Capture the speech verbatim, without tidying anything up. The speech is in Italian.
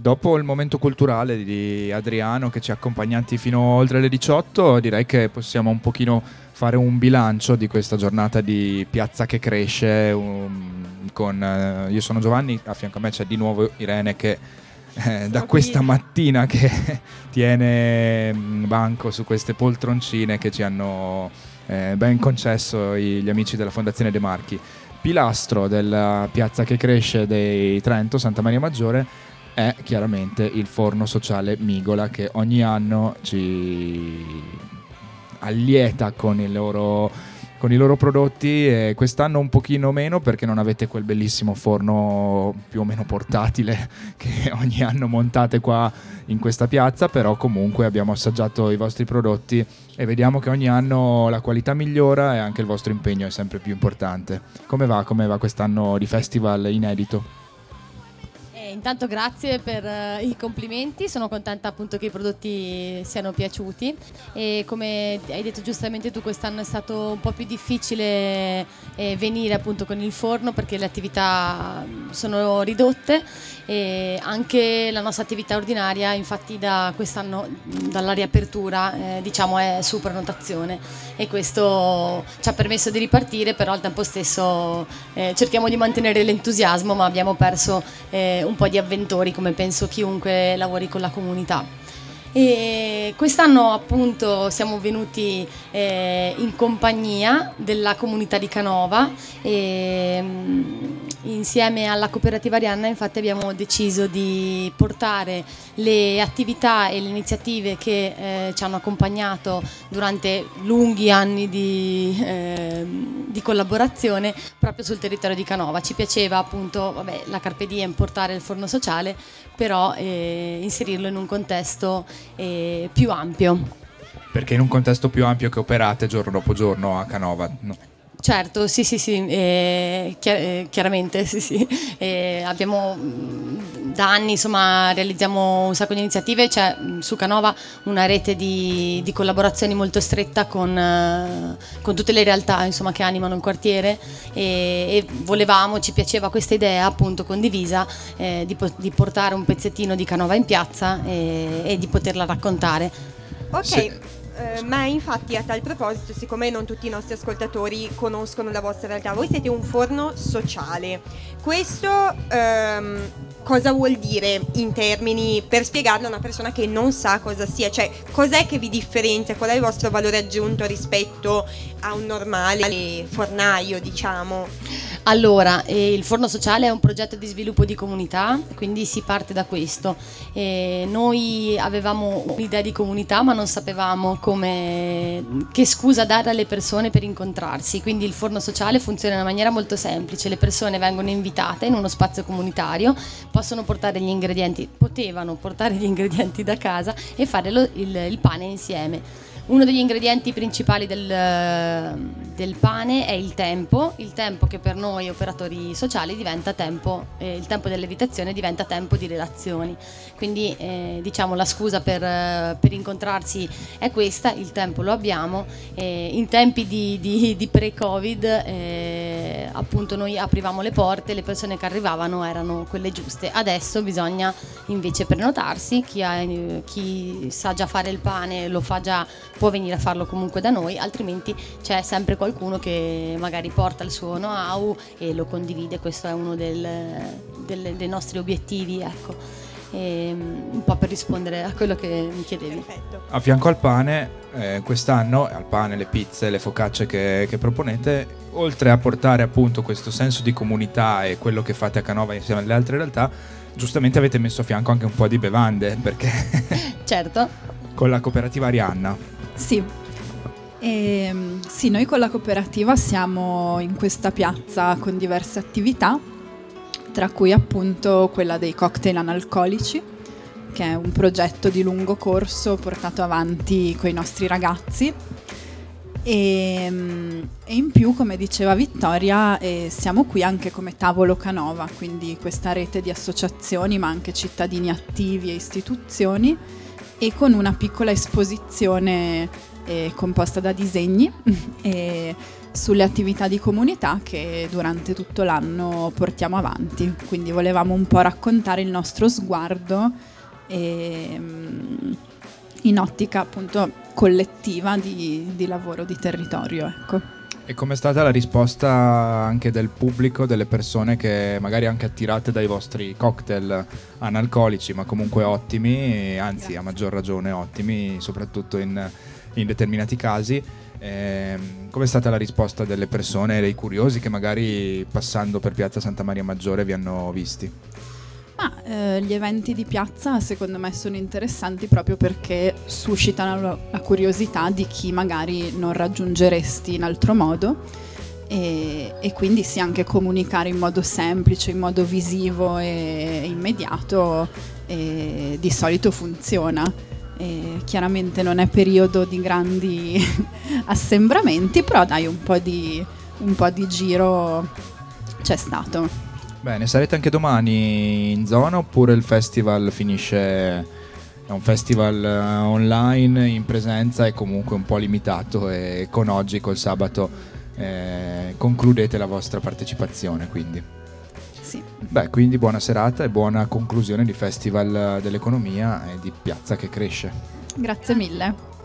dopo il momento culturale di Adriano che ci ha accompagnati fino oltre le diciotto, direi che possiamo un pochino fare un bilancio di questa giornata di Piazza che Cresce. Um, con, uh, io sono Giovanni, a fianco a me c'è di nuovo Irene che eh, da questa mattina che tiene banco su queste poltroncine che ci hanno eh, ben concesso i, gli amici della Fondazione De Marchi. Pilastro della Piazza che Cresce dei Trento, Santa Maria Maggiore, è chiaramente il forno sociale Migola, che ogni anno ci allieta con i loro, con i loro prodotti, e quest'anno un pochino meno perché non avete quel bellissimo forno più o meno portatile che ogni anno montate qua in questa piazza, però comunque abbiamo assaggiato i vostri prodotti e vediamo che ogni anno la qualità migliora e anche il vostro impegno è sempre più importante. Come va? Come va quest'anno di festival inedito? Intanto grazie per uh, i complimenti, sono contenta appunto che i prodotti siano piaciuti, e come hai detto giustamente tu, quest'anno è stato un po' più difficile eh, venire appunto con il forno perché le attività sono ridotte, e anche la nostra attività ordinaria infatti da quest'anno, dalla riapertura eh, diciamo è su prenotazione, e questo ci ha permesso di ripartire, però al tempo stesso eh, cerchiamo di mantenere l'entusiasmo, ma abbiamo perso eh, un po' di avventori, come penso chiunque lavori con la comunità. E quest'anno appunto siamo venuti eh, in compagnia della comunità di Canova, e mh, insieme alla cooperativa Arianna infatti abbiamo deciso di portare le attività e le iniziative che eh, ci hanno accompagnato durante lunghi anni di, eh, di collaborazione proprio sul territorio di Canova. Ci piaceva appunto, vabbè, la Carpe Diem, portare il forno sociale, però eh, inserirlo in un contesto eh, più ampio. Perché in un contesto più ampio che operate giorno dopo giorno a Canova, no? Certo, sì, sì, sì, eh, chiar- eh, chiaramente, sì, sì. Eh, abbiamo mh, da anni, insomma, realizziamo un sacco di iniziative, c'è mh, su Canova una rete di, di collaborazioni molto stretta con, eh, con tutte le realtà, insomma, che animano il quartiere, e, e volevamo, ci piaceva questa idea appunto condivisa eh, di, po- di portare un pezzettino di Canova in piazza e, e di poterla raccontare. Ok. Sì. Uh, ma infatti a tal proposito, siccome non tutti i nostri ascoltatori conoscono la vostra realtà, voi siete un forno sociale. Questo um, cosa vuol dire in termini, per spiegarlo a una persona che non sa cosa sia? Cioè, cos'è che vi differenzia? Qual è il vostro valore aggiunto rispetto a un normale fornaio, diciamo? Allora, eh, il forno sociale è un progetto di sviluppo di comunità, quindi si parte da questo. Eh, noi avevamo un'idea di comunità, ma non sapevamo come, che scusa dare alle persone per incontrarsi, quindi il forno sociale funziona in una maniera molto semplice: le persone vengono invitate in uno spazio comunitario, possono portare gli ingredienti, potevano portare gli ingredienti da casa e fare lo, il, il pane insieme. Uno degli ingredienti principali del, del pane è il tempo, il tempo che per noi operatori sociali diventa tempo, eh, il tempo dell'evitazione diventa tempo di relazioni. Quindi eh, diciamo la scusa per, per incontrarsi è questa, il tempo lo abbiamo. Eh, in tempi di, di, di pre-Covid eh, appunto noi aprivamo le porte, le persone che arrivavano erano quelle giuste. Adesso bisogna invece prenotarsi, chi, ha, chi sa già fare il pane lo fa già, può venire a farlo comunque da noi, altrimenti c'è sempre qualcuno che magari porta il suo know-how e lo condivide. Questo è uno del, del, dei nostri obiettivi, ecco, e, un po' per rispondere a quello che mi chiedevi. Perfetto. A fianco al pane, eh, quest'anno, al pane, le pizze, le focacce che, che proponete, oltre a portare appunto questo senso di comunità e quello che fate a Canova insieme alle altre realtà, giustamente avete messo a fianco anche un po' di bevande, perché Certo. con la cooperativa Arianna. Sì. E, sì, noi con la cooperativa siamo in questa piazza con diverse attività, tra cui appunto quella dei cocktail analcolici, che è un progetto di lungo corso portato avanti con i nostri ragazzi. E, e in più, come diceva Vittoria, eh, siamo qui anche come Tavolo Canova, quindi questa rete di associazioni ma anche cittadini attivi e istituzioni e con una piccola esposizione eh, composta da disegni e sulle attività di comunità che durante tutto l'anno portiamo avanti. Quindi volevamo un po' raccontare il nostro sguardo e, in ottica appunto collettiva di, di lavoro di territorio, ecco. E com'è stata la risposta anche del pubblico, delle persone che magari anche attirate dai vostri cocktail analcolici, ma comunque ottimi, anzi Grazie. A maggior ragione ottimi, soprattutto in, in determinati casi. Eh, com'è stata la risposta delle persone, dei curiosi che magari passando per Piazza Santa Maria Maggiore vi hanno visti? Ma eh, gli eventi di piazza secondo me sono interessanti proprio perché suscitano la, la curiosità di chi magari non raggiungeresti in altro modo e, e quindi sì, anche comunicare in modo semplice, in modo visivo e immediato e di solito funziona. E chiaramente non è periodo di grandi assembramenti, però dai, un po' di, un po' di giro c'è stato. Bene, sarete anche domani in zona oppure il festival finisce, è un festival online in presenza e comunque un po' limitato, e con oggi, col sabato, eh, concludete la vostra partecipazione, quindi? Sì. Beh, quindi buona serata e buona conclusione di Festival dell'Economia e di Piazza che Cresce. Grazie mille.